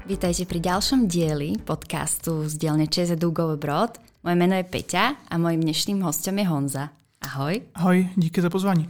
Vítajte pri ďalšom dieli podcastu z dielne ČSED Dugovo Brod. Moje meno je Peťa a mojím dnešným hostem je Honza. Ahoj. Ahoj, díky za pozvání.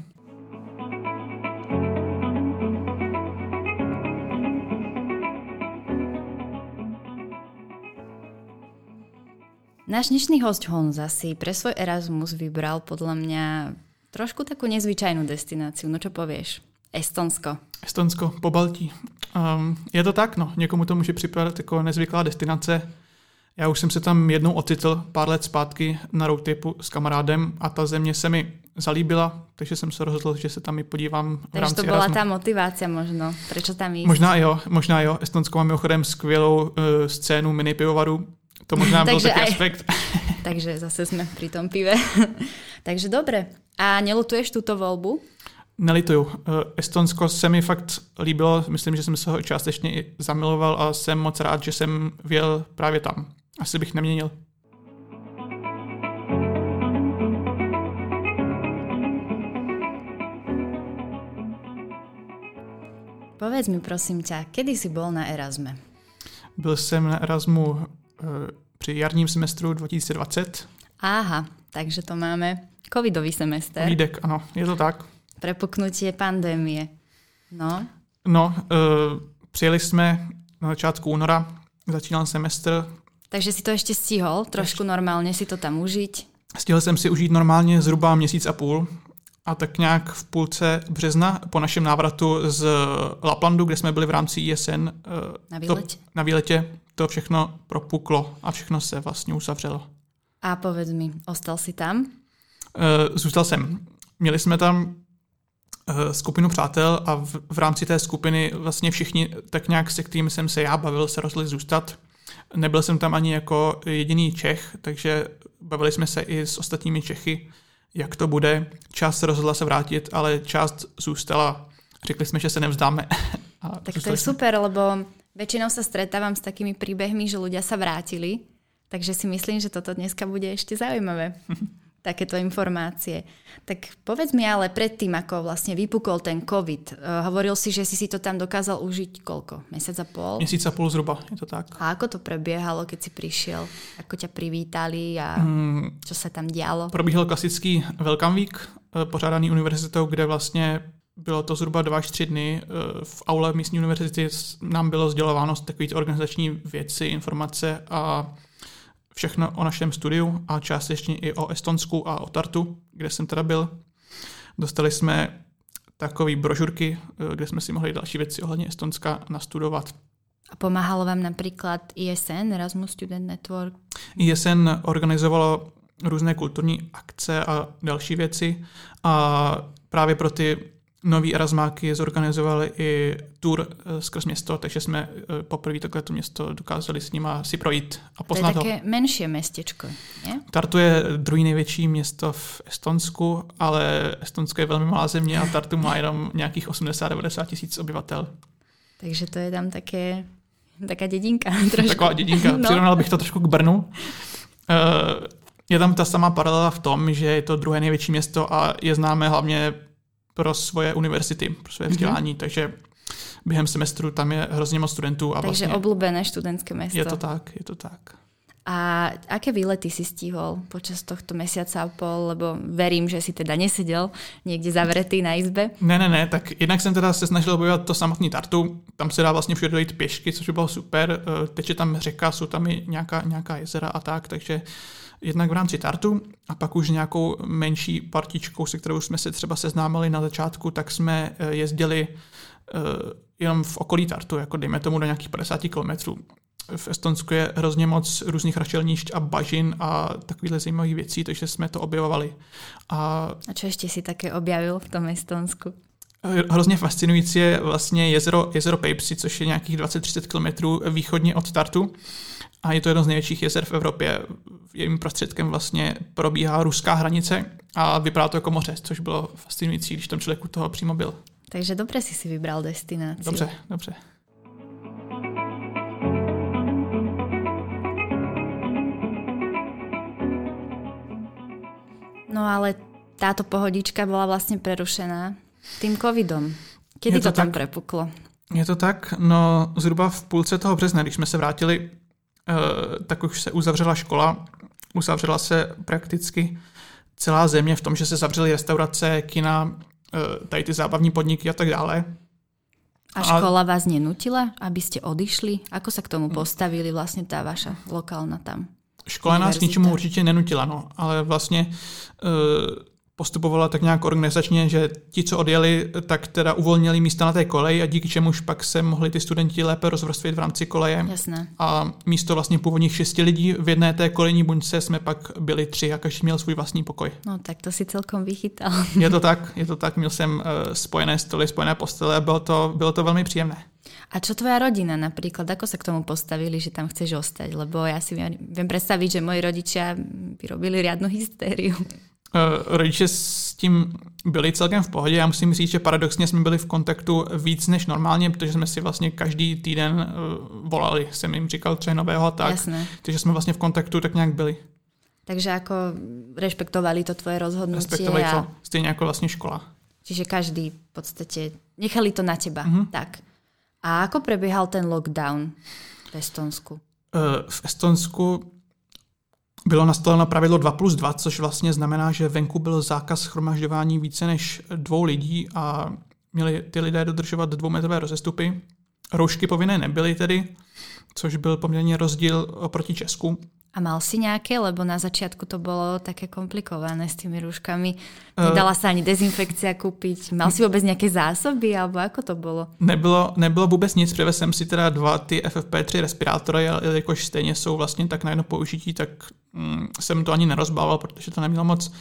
Náš dnešný host Honza si pre svoj Erasmus vybral podľa mňa trošku takú nezvyčajnú destináciu. No čo povieš? Estonsko. Estonsko, Pobaltí. Je to tak, no. Někomu to může připadat jako nezvyklá destinace. Já už jsem se tam jednou ocitl pár let zpátky na roadtripu s kamarádem a ta země se mi zalíbila, takže jsem se rozhodl, že se tam i podívám v rámci Erasmu. Takže to byla ta motivácia možno, prečo tam ísť? Možná jo. Estonsko má mimochodem skvělou scénu mini pivovaru. To možná byl taký aspekt. Takže zase jsme pri tom pive. Takže dobre. A nelutuješ túto voľbu? Nelituju. Estonsko se mi fakt líbilo, myslím, že jsem se ho částečně i zamiloval a jsem moc rád, že jsem vyjel právě tam. Asi bych neměnil. Povedz mi prosím ťa, kedy si bol na Erasme? Byl jsem na Erasmu při jarním semestru 2020. Aha, takže to máme covidový semester. Covidek, ano, je to tak. Prepuknutie pandémie. Přijeli jsme na začátku února, začínal semestr. Takže si to ještě stihol, trošku normálně si to tam užít? Stihl jsem si užít normálně zhruba měsíc a půl a tak nějak v půlce března po našem návratu z Laplandu, kde jsme byli v rámci ISN na výletě, to všechno propuklo a všechno se vlastně uzavřelo. A povedz mi, ostal si tam? Zůstal jsem. Měli jsme tam skupinu přátel a v rámci té skupiny vlastně všichni, tak nějak se kterým jsem se já bavil, se rozhodli zůstat. Nebyl jsem tam ani jako jediný Čech, takže bavili jsme se i s ostatními Čechy, jak to bude. Část se rozhodla se vrátit, ale část zůstala. Řekli jsme, že se nevzdáme. Tak to je super, lebo väčšinou sa stretávam s takými príbehmi, že ľudia sa vrátili, takže si myslím, že toto dneska bude ešte zaujímavé. Takéto informácie. Tak povedz mi ale predtým, ako vlastne vypukol ten COVID. Hovoril si, že si to tam dokázal užiť koľko? Mesiac a pol? Měsíc a půl zhruba, je to tak. A ako to prebiehalo, keď si prišiel? Ako ťa privítali a čo sa tam dialo? Probíhal klasický Welcome Week, pořádaný univerzitou, kde vlastně bylo to zhruba 2 až 3 dny. V aule místní univerzity nám bylo sdělováno takové organizační věci, informace a všechno o našem studiu a částečně i o Estonsku a o Tartu, kde jsem teda byl. Dostali jsme takové brožurky, kde jsme si mohli další věci ohledně Estonska nastudovat. A pomáhalo vám například ISN, Erasmus Student Network? ISN organizovalo různé kulturní akce a další věci a právě pro ty noví erasmáky zorganizovali i tour skrz město, takže jsme poprvé takhle to město dokázali s nima si projít a poznat ho. To je také menšie mestečko, nie? Tartu je druhý největší město v Estonsku, ale Estonsko je velmi malá země a Tartu má jenom nějakých 80-90 tisíc obyvatel. Takže to je tam taká dedinka. Trošku. Taková dedinka. Přirovnal bych to trošku k Brnu. Je tam ta samá paralela v tom, že je to druhé největší město a je známé hlavně pro svoje univerzity, pro svoje vzdělání, takže během semestru tam je hrozně moc studentů. A takže vlastně obľúbené študentské mesto. Je to tak. A aké výlety si stihol počas tohto mesiaca a pol, lebo verím, že si teda nesedel niekde zavretý na izbe? Ne, tak jednak jsem teda se snažil objevovat to samotný Tartu, tam se dá vlastně všude dojít pěšky, což by bylo super, teče tam řeka, jsou tam i nějaká jezera a tak, takže jednak v rámci Tartu a pak už nějakou menší partičkou, se kterou jsme se třeba seznámili na začátku, tak jsme jezdili jenom v okolí Tartu, jako dejme tomu do nějakých 50 kilometrů. V Estonsku je hrozně moc různých rašelnišť a bažin a takovýchhle zajímavých věcí, takže jsme to objevovali. A čo ještě si také objavil v tom Estonsku? Hrozně fascinující je vlastně jezero Peipsi, což je nějakých 20-30 kilometrů východně od Tartu. A je to jedno z největších jezer v Evropě. Jejím prostředkem vlastně probíhá ruská hranice a vypadá to jako moře, což bylo fascinující, když tam člověk u toho přímo byl. Takže dobře si vybral destinaci. Dobře. No ale táto pohodička bola vlastne prerušená tým covidom. Kedy to tam prepuklo? Je to tak, no zhruba v půlce toho března, když jsme se vrátili, tak už se uzavřela škola, uzavřela se prakticky celá země v tom, že se zavřely restaurace, kina, tady ty zábavní podniky a tak dále. A škola vás nenutila, aby ste odišli? Ako sa k tomu postavili vlastne tá vaša lokálna tam? Škola nás k ničemu určitě nenutila, no, ale vlastně postupovala tak nějak organizačně, že ti, co odjeli, tak teda uvolnili místa na té koleji a díky čemuž pak se mohli ty studenti lépe rozvrstvit v rámci koleje. Jasné. A místo vlastně původních 6 lidí v jedné té kolejní buňce jsme pak byli 3 a každý měl svůj vlastní pokoj. No tak to si celkom vychytal. Je to tak, měl jsem spojené stoly, spojené postele a bylo to velmi příjemné. A čo tvoja rodina napríklad? Ako sa k tomu postavili, že tam chceš ostať? Lebo ja si viem predstaviť, že moji rodičia by robili riadnu hystériu. Rodiče s tím byli celkem v pohodě. Já musím říct, že paradoxně jsme byli v kontaktu víc než normálně, protože jsme si vlastně každý týden volali. Jsem jim říkal, co je nového a tak. Jasné. Takže jsme vlastně v kontaktu tak nějak byli. Takže ako rešpektovali to tvoje rozhodnutie. Respektovali to, stejně jako vlastně škola. Čiže každý v podstate nechali to na teba. Tak. A ako prebiehal ten lockdown v Estonsku? V Estonsku bylo nastaveno pravidlo 2+2, což vlastně znamená, že venku byl zákaz shromažďování více než 2 lidí a měli ty lidé dodržovat 2metrové rozestupy. Roušky povinné nebyly tedy, což byl poměrně rozdíl oproti Česku. A mal si nejaké? Lebo na začiatku to bolo také komplikované s tými rúškami. Nedala sa ani dezinfekcia kúpiť. Mal si vôbec nejaké zásoby? Alebo ako to bolo? Nebylo vůbec nic. Přivez jsem si teda 2 ty FFP3 respirátory, ale jakož stejně jsou vlastně tak na jedno použití, tak jsem to ani nerozbával, protože to nemělo moc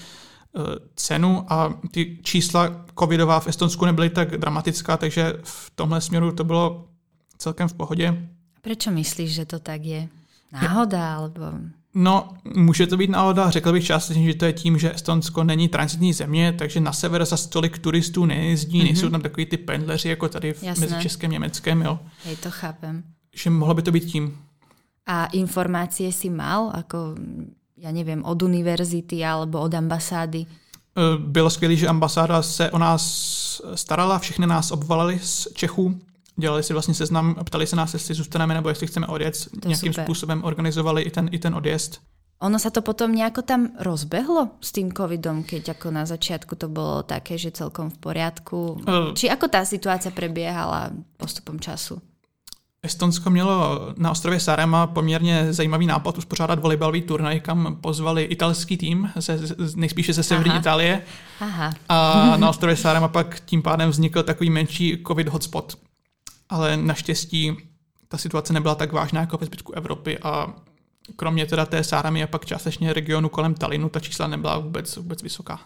cenu a ty čísla covidová v Estonsku nebyly tak dramatická, takže v tomhle směru to bylo celkem v pohodě. Prečo myslíš, že to tak je? Náhoda, alebo... No, může to být náhoda. Řekl bych částečně, že to je tím, že Estonsko není tranzitní země, takže na sever zase tolik turistů nejezdí, nejsou tam takový ty pendleři, jako tady mezi Českem a Německem, jo. Hej, to chápem. Že mohlo by to být tím. A informácie si mal, ako, ja neviem, od univerzity alebo od ambasády? Bylo skvělé, že ambasáda se o nás starala, všechny nás obvolali z Čechů, dělali si vlastně seznam, ptali se nás, jestli zůstaneme nebo jestli chceme odjet. Nějakým způsobem organizovali i ten odjezd. Ono sa to potom nejako tam rozbehlo s tým covidom, keď ako na začiatku to bolo také, že celkom v poriadku? Či ako tá situácia prebiehala postupom času? Estonsko mělo na ostrově Saaremaa poměrně zajímavý nápad uspořádat volejbalový turnaj, kam pozvali italský tým, nejspíše ze severní Itálie. Aha. A na ostrově Saaremaa pak tím pádem vznikl takový menší covid hotspot. Ale naštěstí ta situace nebyla tak vážná jako ve zbytku Evropy a kromě teda té Saaremaa a pak částečně regionu kolem Tallinnu ta čísla nebyla vůbec vysoká.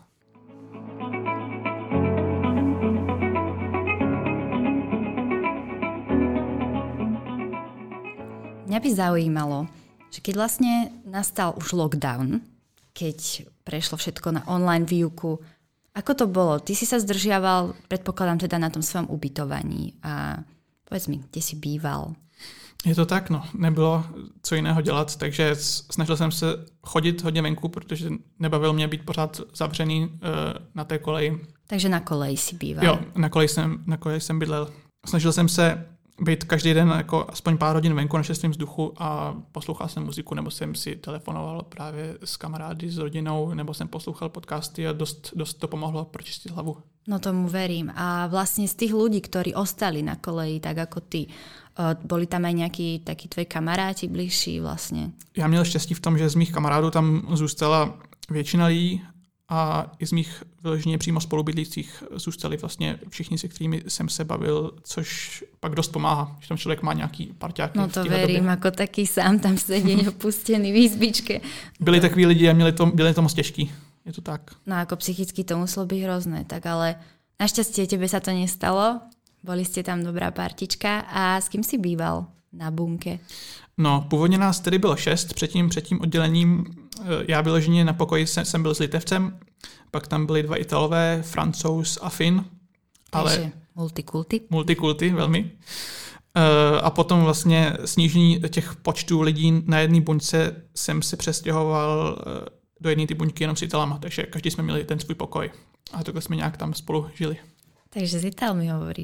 Mňa by zaujímalo, že keď vlastne nastal už lockdown, keď prešlo všetko na online výuku, ako to bolo? Ty si sa zdržiaval, predpokladám teda na tom svojom ubytovaní a povedz mi, kde si býval? Je to tak, no. Nebylo co jiného dělat, takže snažil jsem se chodit hodně venku, protože nebavilo mě být pořád zavřený na té koleji. Takže na koleji si býval? Jo, na koleji jsem bydlel. Snažil jsem se být každý den jako aspoň pár hodin venku na čerstvém vzduchu a poslouchal jsem muziku, nebo jsem si telefonoval právě s kamarády, s rodinou, nebo jsem poslouchal podcasty a dost to pomohlo pročistit hlavu. No tomu verím. A vlastne z tých ľudí, ktorí ostali na koleji, tak ako ty, boli tam aj nejakí takí tvoji kamaráti bližší vlastne? Já měl štěstí v tom, že z mých kamarádů tam zůstala většina lidí a i z mých vyloženě přímo spolubydlících zůstali vlastně všichni, se kterými jsem se bavil, což pak dost pomáhá, že tam člověk má nějaký parťáky. No to verím, ako taký sám tam sedí opustený v izbičke. Byli takoví lidi a byli to moc těžký. Je to tak. No ako psychicky to muselo byť hrozné, tak ale našťastie tebe sa to nestalo. Boli ste tam dobrá partička. A s kým si býval na bunke? No, původně nás tedy bylo 6 před tím oddělením. Já vyloženě na pokoji jsem byl s Litevcem, pak tam byli 2 Italové, Francouz a Fin. Takže multikulty. Multikulty, velmi. A potom vlastně snížení těch počtů lidí na jedné buňce jsem se přestěhoval do jedné ty buňky jenom s Italama, takže každý jsme měli ten svůj pokoj. A takhle jsme nějak tam spolu žili. Takže s Italmi hovoríš.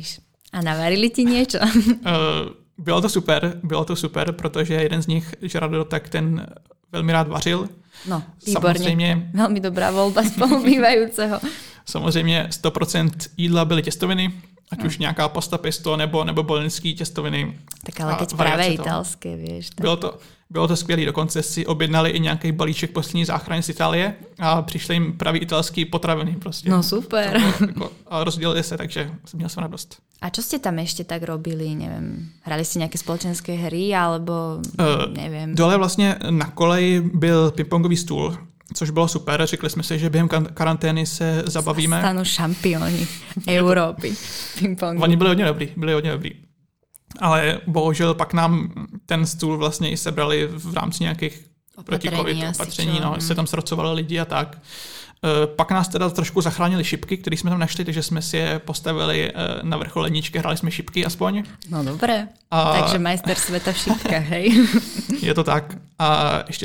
A navarili ti niečo? Bylo to super, protože jeden z nich, Žrado, tak ten velmi rád vařil. No, výborně. Velmi dobrá voľba spolubývajúceho. Samozřejmě 100% jídla byly těstoviny, ať už nějaká pasta pesto nebo bolenský těstoviny. Tak ale keď práve italské, vieš. Tak... Bylo to skvělé, dokonce si objednali i nějaký balíček poslední záchrany z Itálie a přišli jim pravý italský potraviny prostě. No super. A rozdělili se, takže měl jsem radost. A čo ste tam ešte tak robili? Neviem, hrali ste nejaké spoločenské hry, alebo neviem. Dole vlastně na koleji byl pingpongový stůl, což bylo super. Řekli jsme si, že během karantény se zabavíme. Stanú šampioni Európy pingpongu. Oni byli hodně dobrý. Ale bohužel pak nám ten stůl vlastně i sebrali v rámci nějakých proti-covid opatření, se tam srocovali lidi a tak. Pak nás teda trošku zachránili šipky, které jsme tam našli, takže jsme si je postavili na vrchol ledničky, hráli jsme šipky aspoň. No dobré, takže majster sveta v šipkách, hej. Je to tak. A ještě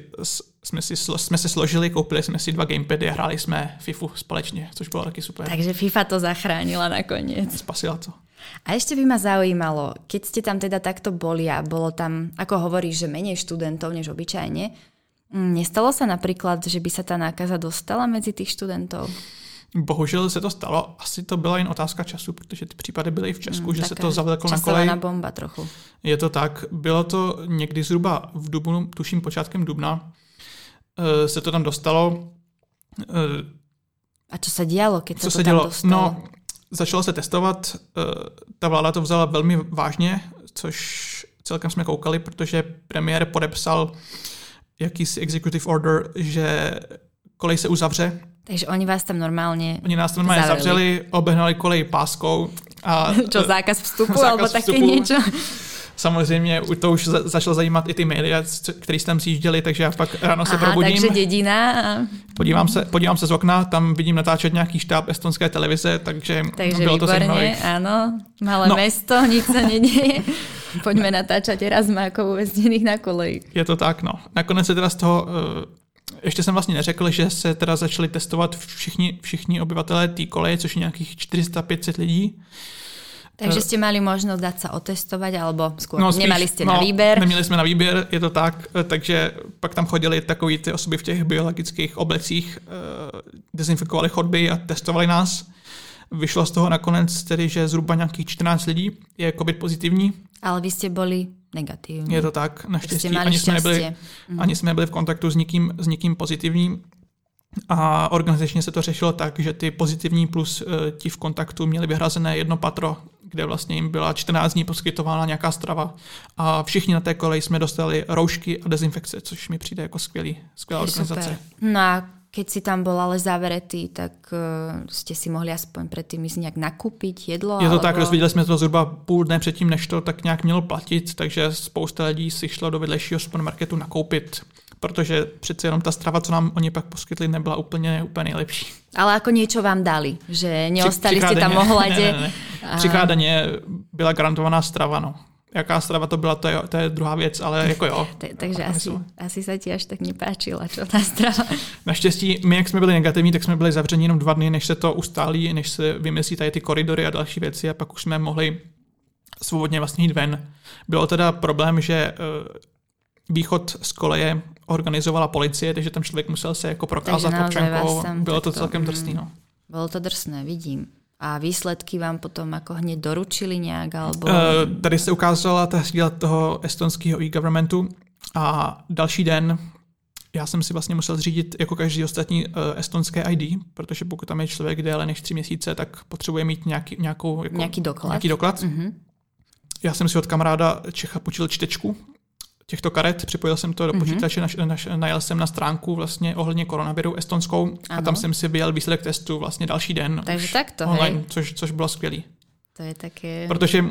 jsme si složili, koupili jsme si 2 gamepady a hráli jsme FIFU společně, což bylo taky super. Takže FIFA to zachránila nakoniec. Spasila to. A ešte by ma zaujímalo, keď ste tam teda takto boli a bolo tam, ako hovoríš, že menej študentov než obyčajne, nestalo sa napríklad, že by sa tá nákaza dostala medzi tých študentov? Bohužel se to stalo. Asi to byla jen otázka času, protože ty případy byly i v Česku, že se to zavleklo na kolej. Časovaná bomba trochu. Je to tak. Bylo to někdy zhruba v dubnu, tuším počátkem dubna, se to tam dostalo. A čo sa dialo, keď sa to tam dostalo? No, začalo se testovat, ta vláda to vzala velmi vážně, což celkem jsme koukali, protože premiér podepsal jakýsi executive order, že kolej se uzavře. Takže oni vás tam normálně zavřeli, obehnali kolej páskou. A čo, zákaz vstupu alebo také niečo? Samozřejmě to už začalo zajímat i ty média, který tam sjížděli, takže já pak ráno se probudím. Takže dědina. Podívám se z okna, tam vidím natáčet nějaký štáb estonské televize, takže bylo to zajímavé. Áno, malé mesto, nic sa nedieje. Poďme natáčať Erasmákov uväznených na koleji. Je to tak, no. Nakonec se teda z toho, ještě jsem vlastně neřekl, že se teda začali testovat všichni obyvatelé té koleje, což je nějakých 400-500 lidí. Takže ste mali možnosť dať sa otestovať, alebo skôr nemali ste na výber? Neměli jsme na výběr, je to tak, takže pak tam chodili takový ty osoby v těch biologických oblecích, dezinfikovali chodby a testovali nás. Vyšlo z toho nakonec tedy, že zhruba nějakých 14 lidí je COVID pozitivní. Ale vy ste boli negatívni. Je to tak, naštěstí. Ani jsme nebyli v kontaktu s nikým pozitivním. A organizačně se to řešilo tak, že ty pozitivní plus ti v kontaktu měli vyhrazené jedno patro, kde vlastně jim byla 14 dní poskytována nějaká strava. A všichni na té koleji jsme dostali roušky a dezinfekce, což mi přijde jako skvělá organizace. Super. No a keď si tam bol ale zavretý, tak ste si mohli aspoň predtým ísť nejak nakúpiť jedlo? Je to tak, rozvěděli jsme to zhruba půl dne předtím, než to tak nějak mělo platit, takže spousta lidí si šlo do vedlejšího supermarketu nakoupit, protože přece jenom ta strava, co nám oni pak poskytli, nebyla úplně nejlepší. Ale ako niečo vám dali? Že neostali ste tam ohľade? Ne. Třikrát denně byla garantovaná strava, no. Jaká strava to byla, to je druhá věc, ale jako jo. Takže asi sa ti až tak nepáčila, čo tá strava. Naštěstí, my jak jsme byli negativní, tak jsme byli zavření jenom 2 dny, než se to ustálí, než se vymyslí tady ty koridory a další věci a pak už jsme mohli svobodně vlastně jít ven. Bylo teda problém, že východ z koleje organizovala policie, takže tam člověk musel se jako prokázat občankou. Bylo to celkem drsné. No. Bylo to drsné, vidím. A výsledky vám potom jako hned doručili nějak? Alebo... Tady se ukázala ta síla toho estonského e-governmentu a další den já jsem si vlastně musel zřídit jako každý ostatní estonské ID, protože pokud tam je člověk déle než 3 měsíce, tak potřebuje mít nějaký doklad. Mm-hmm. Já jsem si od kamaráda Čecha půjčil čtečku těchto karet, připojil jsem to do počítače, najel jsem na stránku vlastně ohledně koronaviru estonskou a tam jsem si vyjel výsledek testu vlastně další den. Takže takto, online, což bylo skvělý. To je také protože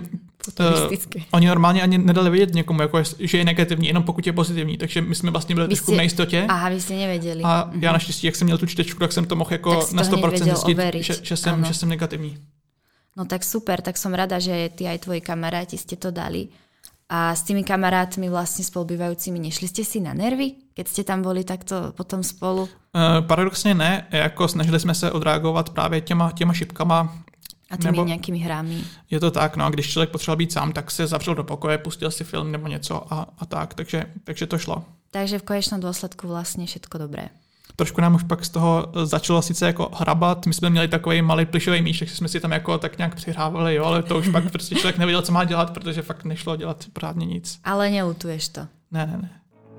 oni normálně ani nedali vědět někomu, jako že je negativní, jenom pokud je pozitivní, takže my jsme vlastně byli trošku v nejistotě. Aha, vy jste nevěděli. A já naštěstí, jak jsem měl tu čtečku, tak jsem to mohl jako na 100% zjistit, že jsem negativní. No tak super, tak som rada, že ty aj tvoji kamaráti ste to dali. A s tými kamarátmi vlastne spolubývajúcimi nešli ste si na nervy, keď ste tam boli takto potom spolu? Paradoxně ne, jako snažili jsme se odreagovat právě těma šipkama A těmi nějakými hrami. Je to tak, no a když člověk potřeboval být sám, tak se zavřel do pokoje, pustil si film nebo něco a tak, takže to šlo. Takže v konečnom dôsledku vlastně všetko dobré. Trošku nám už pak z toho začalo sice jako hrabat, my jsme měli takový malý plišový míč, takže jsme si tam jako tak nějak přihrávali, jo, ale to už pak prostě člověk nevěděl, co má dělat, protože fakt nešlo dělat pořádně nic. Ale neutuješ to. Ne.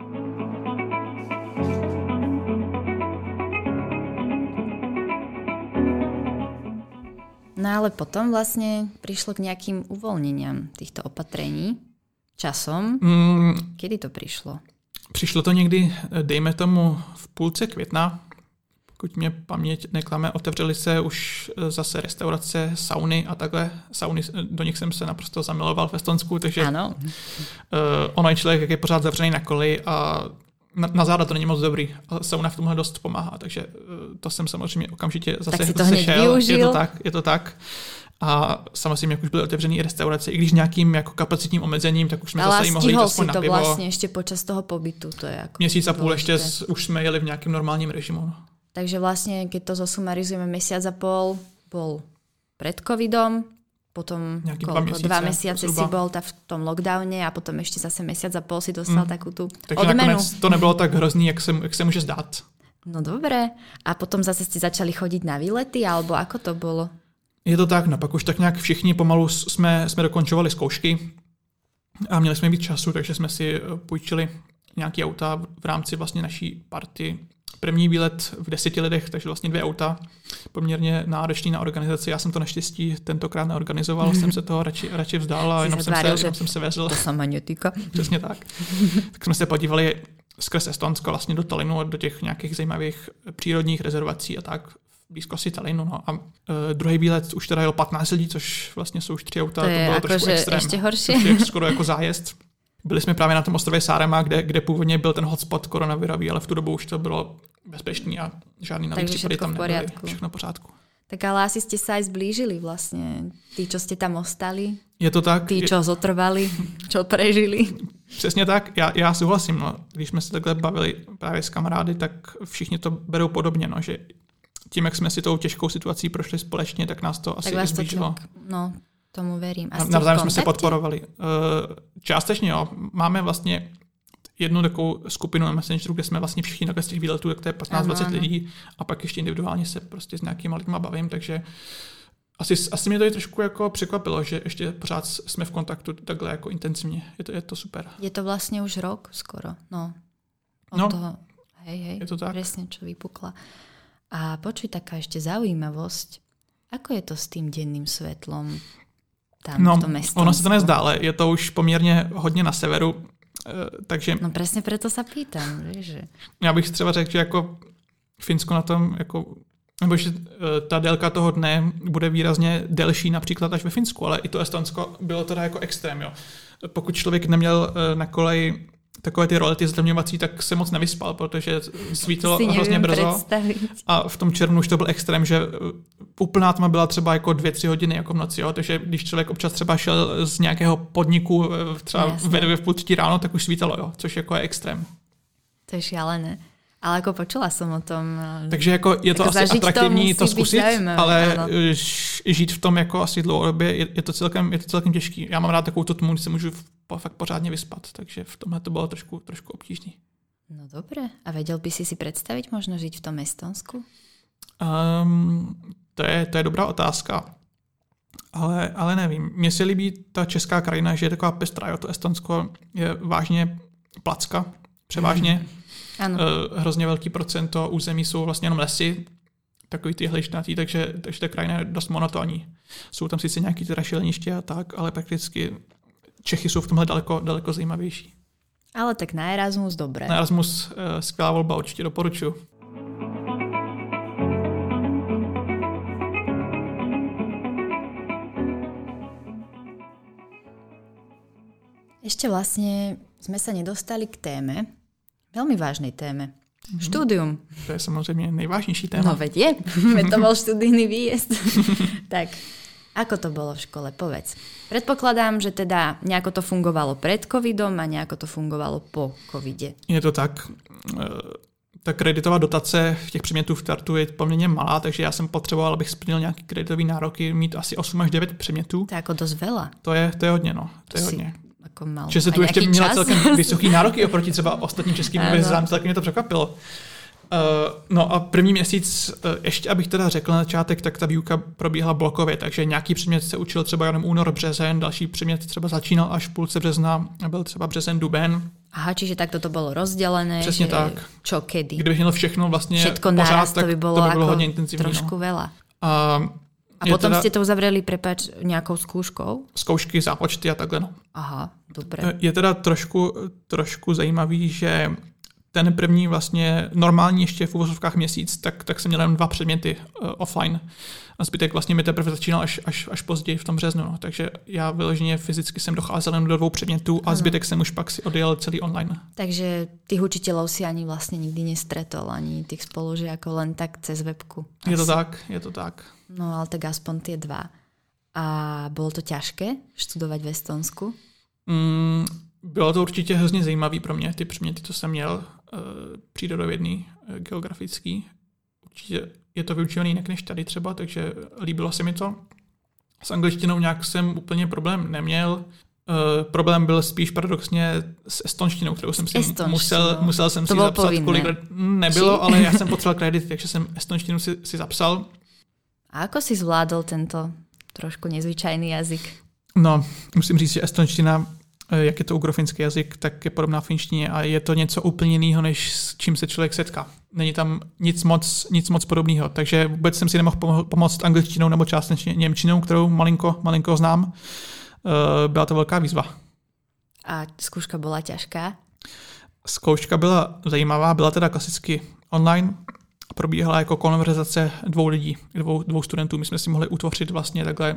No ale potom vlastne prišlo k nejakým uvoľneniam týchto opatrení časom. Kedy to prišlo? Přišlo to někdy, dejme tomu, v půlce května, pokud mě paměť neklame, otevřely se už zase restaurace, sauny a takhle. Sauny, do nich jsem se naprosto zamiloval v Estonsku, takže ano. Ono je člověk, jak je pořád zavřený na koli a na záda to není moc dobrý. A sauna v tomhle dost pomáhá, takže to jsem samozřejmě okamžitě zase tak si to hned šel. Využil. Je to tak. A samozřejmě, jak už byly otevřený i restaurace, i když nějakým jako kapacitním omezením, tak už jsme zase mohli jít aspoň na pivo. Ale stihol si to vlastně ještě počas toho pobytu. To je jako měsíc a půl ještě už jsme jeli v nějakém normálním režimu. No. Takže vlastně, keď to zosumarizujeme, mesiac a pol bol pred covidom, potom 2 mesiace si bol v tom lockdowne a potom ešte zase mesiac a pol si dostal takú tú takže odmenu. Takže to nebylo tak hrozný, jak se může zdát. No dobré. A potom zase ste začali chodiť na výlety, alebo ako to bolo? Je to tak, no pak už tak nějak všichni pomalu jsme dokončovali zkoušky a měli jsme víc času, takže jsme si půjčili nějaký auta v rámci vlastně naší party. První výlet v 10 lidech, takže vlastně 2 auta, poměrně náročný na organizaci. Já jsem to naštěstí tentokrát neorganizoval, jsem se toho radši vzdal a jenom jsem se vezl. To sama netýka. Přesně tak. Tak jsme se podívali skrz Estonsko vlastně do Tallinnu, do těch nějakých zajímavých přírodních rezervací a tak v blízkosti Tallinnu. No. A druhý výlet už teda jel 15 lidí, což vlastně jsou už 3 auta. To bylo jako trošku extrém. Ještě horší. To je skoro jako zájezd. Byli jsme právě na tom ostrově Saaremaa, kde původně byl ten hotspot koronavirový, ale v tu dobu už to bylo bezpečný a žádný nový případy tam nebyly. Všechno v pořádku. Tak ale asi ste sa aj zblížili vlastne. Tí, čo ste tam ostali. Je to tak. Tí, čo zotrvali, čo prežili. Přesně tak. Já souhlasím. No. Když jsme se takhle bavili právě s kamarády, tak všichni to berou podobně. No, že tím, jak jsme si tou těžkou situací prošli společně, tak nás to asi zblížilo. No, tomu verím. A navzájem jsme se podporovali. Částečně jo. Máme vlastně jednu takovou skupinu na Messengeru, kde jsme vlastně všichni z těch výletů, tak to je 15-20 lidí a pak ještě individuálně se prostě s nějakýma lidma bavím, takže asi mě to je trošku jako překvapilo, že ještě pořád jsme v kontaktu takhle jako intenzivně. Je to super. Je to vlastně už rok skoro, no. Toho, hej, je to tak. Presne, čo vypukla. A počuj, taká ešte zaujímavosť. Ako je to s tým denným svetlom tam v tom Estonsku? Ono se to nezdá, ale je to už poměrně hodně na severu, takže... No presne preto sa pýtam, že... Já bych třeba řekl, že jako Finsko na tom, jako, nebo že ta délka toho dne bude výrazně delší například až ve Finsku, ale i to Estonsko bylo teda jako extrém, jo. Pokud člověk neměl na koleji takové ty rolety zlevňovací, tak se moc nevyspal, protože svítilo hrozně brzo. Představit. A v tom červnu už to byl extrém, že úplná tma byla třeba jako 2-3 hodiny jako v noci, jo? Takže když člověk občas třeba šel z nějakého podniku třeba v půl 3 ráno, tak už svítalo, jo? Což jako je extrém. To je šialené. Ale jako počula jsem o tom. Takže jako je to asi atraktivní to zkusit, ale ano. Žít v tom jako asi dlouhodobě je to celkem těžký. Já mám rád takovou tmu, kdy se můžu fakt pořádně vyspat, takže v tomhle to bylo trošku obtížný. No dobré. A vedel by si představit možno žít v tom Estonsku? To je dobrá otázka. Ale nevím. Mně se líbí ta česká krajina, že je taková pestrá. Jo? To Estonsko je vážně placka, převážně. Ano. Hrozně velký procento území jsou vlastně jenom lesy, takový ty hličnatý, takže ta krajina je dost monotónní. Jsou tam sice nějaký teda šileniště a tak, ale prakticky Čechy jsou v tomhle daleko zajímavější. Ale tak na Erasmus dobré. Na Erasmus skvělá volba, určitě doporučuji. Ešte vlastne sme sa nedostali k téme, veľmi vážnej téme. Štúdium. To je samozřejmě nejvážnější téma. No veď je, to bol študijný výjezd. Tak, ako to bolo v škole, povedz. Predpokladám, že teda nejako to fungovalo pred covidom a nejako to fungovalo po covide. Je to tak. ta kreditová dotace těch předmětů v Tartu je poměrně malá, takže já jsem potřeboval, abych splnil nějaký kreditový nároky, mít asi 8 až 9 předmětů. To je jako dost veľa. To je hodně, no. To je hodně. Jako mal. Že se tu ještě měla celkem vysoký nároky oproti třeba ostatním českým univerzitám, tak mě to překvapilo. No a první měsíc, ještě abych teda řekl na začátek, tak ta výuka probíhala blokově, takže nějaký předmět se učil třeba jenom únor, březen, další předmět třeba začínal až v půlce března, byl třeba březen, duben. Aha, čiže takto to bylo rozdělené. Přesně že tak. Čo, kedy? Kdybych měl všechno vlastně všetko pořád, naraz, tak to by bylo hodně intenzivní. Trošku veľa. A potom teda ste to uzavreli, prepáč, nejakou skúškou? Zkoušky, zápočty a takhle. No. Aha, dobre. Je teda trošku zajímavý, že ten první vlastně normální ještě v uvozovkách měsíc, tak jsem měl jen 2 předměty offline. A zbytek vlastně mi teprve začínal až později v tom březnu. No. Takže já vyloženě fyzicky jsem docházel jen do 2 předmětů a zbytek jsem už pak si odjel celý online. Takže tých učiteľov si ani vlastne nikdy nestretol, ani tých spolužiakov, len tak cez webku. Je to tak. No ale tak aspoň tie 2. A bolo to ťažké študovať v Estonsku? Bylo to určitě hrozně zajímavý pro mě, ty předměty, co jsem měl, přírodovědný, geografický. Určitě je to vyučovaný jinak než tady třeba, takže líbilo se mi to. S angličtinou nějak jsem úplně problém neměl. Problém byl spíš paradoxně s estonštinou, kterou jsem si musel jsem si zapsat. Nebylo, ale já jsem potřeboval kredit, takže jsem estonštinu si zapsal. A ako si zvládol tento trošku nezvyčajný jazyk? No, musím říct, že estonština, jak je to ugrofinský jazyk, tak je podobná finštině a je to něco úplně jiného, než s čím se člověk setká. Není tam nic moc podobného, takže vůbec jsem si nemohl pomoct angličtinou nebo částečně němčinou, kterou malinko znám. Byla to velká výzva. A zkouška byla těžká? Zkouška byla zajímavá, byla teda klasicky online. Probíhala jako konverzace 2 lidí, 2 studentů. My jsme si mohli utvořit vlastně takhle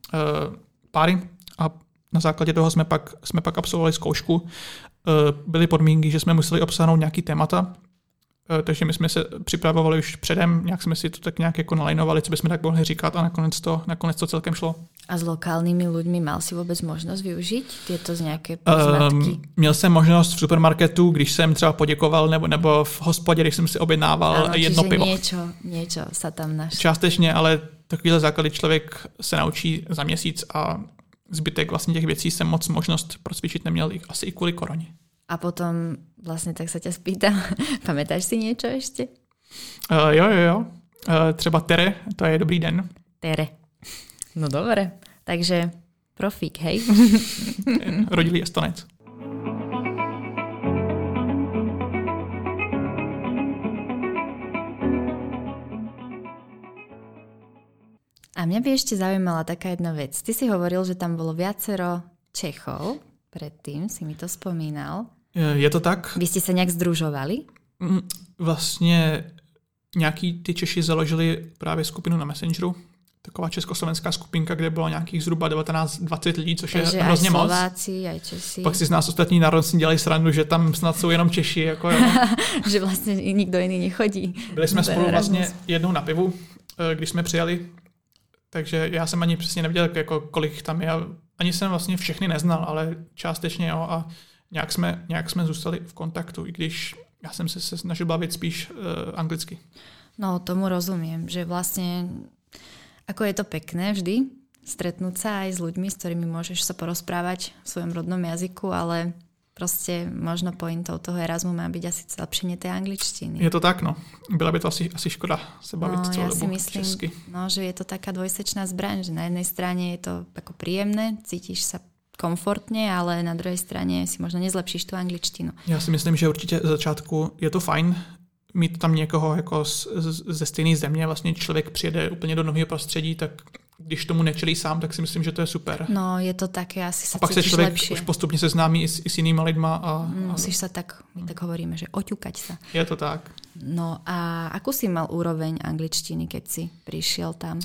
páry a na základě toho jsme pak absolvovali zkoušku. Byly podmínky, že jsme museli obsáhnout nějaký témata, takže my jsme se připravovali už předem, nějak jsme si to tak nějak jako nalajnovali, co bychom tak mohli říkat a nakonec to celkem šlo. A s lokálnymi ľuďmi mal si vůbec možnost využít tieto z nějaké poznatky? Měl jsem možnost v supermarketu, když jsem třeba poděkoval, nebo v hospodě, když jsem si objednával jedno pivo. Niečo sa tam našlo. Částečně, ale takovýhle základy člověk se naučí za měsíc a zbytek vlastně těch věcí jsem moc možnost procvičit neměl asi i kvůli koroně. A potom vlastně tak se tě spýtam, pamätáš si něco ještě? Jo. Třeba Tere, to je dobrý den. Tere. No dobré, takže profík, hej? Rodilý Estonec. A mňa by ešte zaujímala taká jedna vec. Ty si hovoril, že tam bolo viacero Čechov, predtým si mi to spomínal. Je to tak? Vy ste sa nejak združovali? Vlastně nějaký ty Češi založili právě skupinu na Messengeru. Taková československá skupinka, kde bylo nějakých zhruba 19-20 lidí, což takže je hrozně moc. Takže aj Slováci, aj Česi. Pak si z nás ostatní národci dělají srandu, že tam snad jsou jenom Češi. Jako, že vlastně nikdo jiný nechodí. Byli jsme spolu vlastně jednou na pivu, když jsme přijali. Takže já jsem ani přesně nevěděl, jako kolik tam je. Ani jsem vlastně všechny neznal, ale částečně jo. A nějak jsme zůstali v kontaktu, i když já jsem se snažil bavit spíš anglicky. No, tomu rozumiem, že vlastne ako je to pekné vždy stretnúť sa aj s ľuďmi, s ktorými môžeš sa porozprávať v svojom rodnom jazyku, ale prostě možno pointou toho Erasmu má byť asi zlepšenie tej angličtiny. Je to tak, no. Byla by to asi škoda se bavit celou dobu si myslím, česky. No, že je to taká dvojsečná zbraň, že na jednej strane je to ako príjemné, cítiš sa komfortně, ale na druhé straně si možno nezlepšíš tu angličtinu. Já si myslím, že určitě z začátku je to fajn mít tam někoho jako ze stejné země, vlastně člověk přijede úplně do nového prostředí, tak když tomu nečelí sám, tak si myslím, že to je super. No, je to také, asi se a pak se cítíš člověk lepšie. Už postupně seznámí i s jinýma lidma. Musíš sa tak, my tak hovoríme, že oťukať sa. Je to tak. No a akú si mal úroveň angličtiny, keď si přišel tam?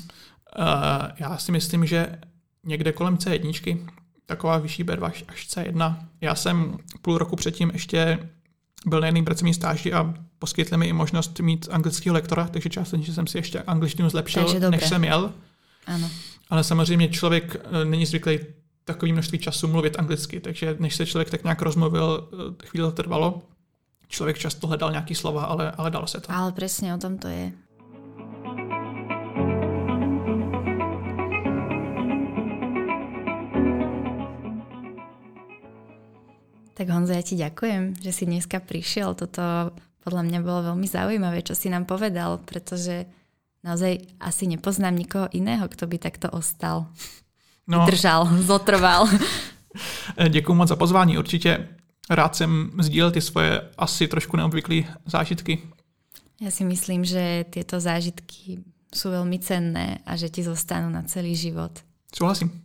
Já si myslím, že někde kolem C1, taková vyšší B2 až C1. Já jsem půl roku předtím ještě byl na jedném pracovním stáži a poskytli mi i možnost mít anglického lektora, takže částečně jsem si ještě angličtinu zlepšil, než jsem jel. Ano. Ale samozřejmě člověk není zvyklý takové množství času mluvit anglicky, takže než se člověk tak nějak rozmluvil, chvíli to trvalo. člověk často hledal nějaký slova, ale dalo se to. Ale presne o tom to je. Tak Honzo, ja ti ďakujem, že si dneska prišiel. Toto podľa mňa bolo veľmi zaujímavé, čo si nám povedal, pretože naozaj asi nepoznám nikoho iného, kto by takto ostal. Vydržal, zotrval. Děkuji moc za pozvání. Určitě rád jsem sdílel ty svoje asi trošku neobvyklé zážitky. Ja si myslím, že tieto zážitky sú veľmi cenné a že ti zostanú na celý život. Súhlasím.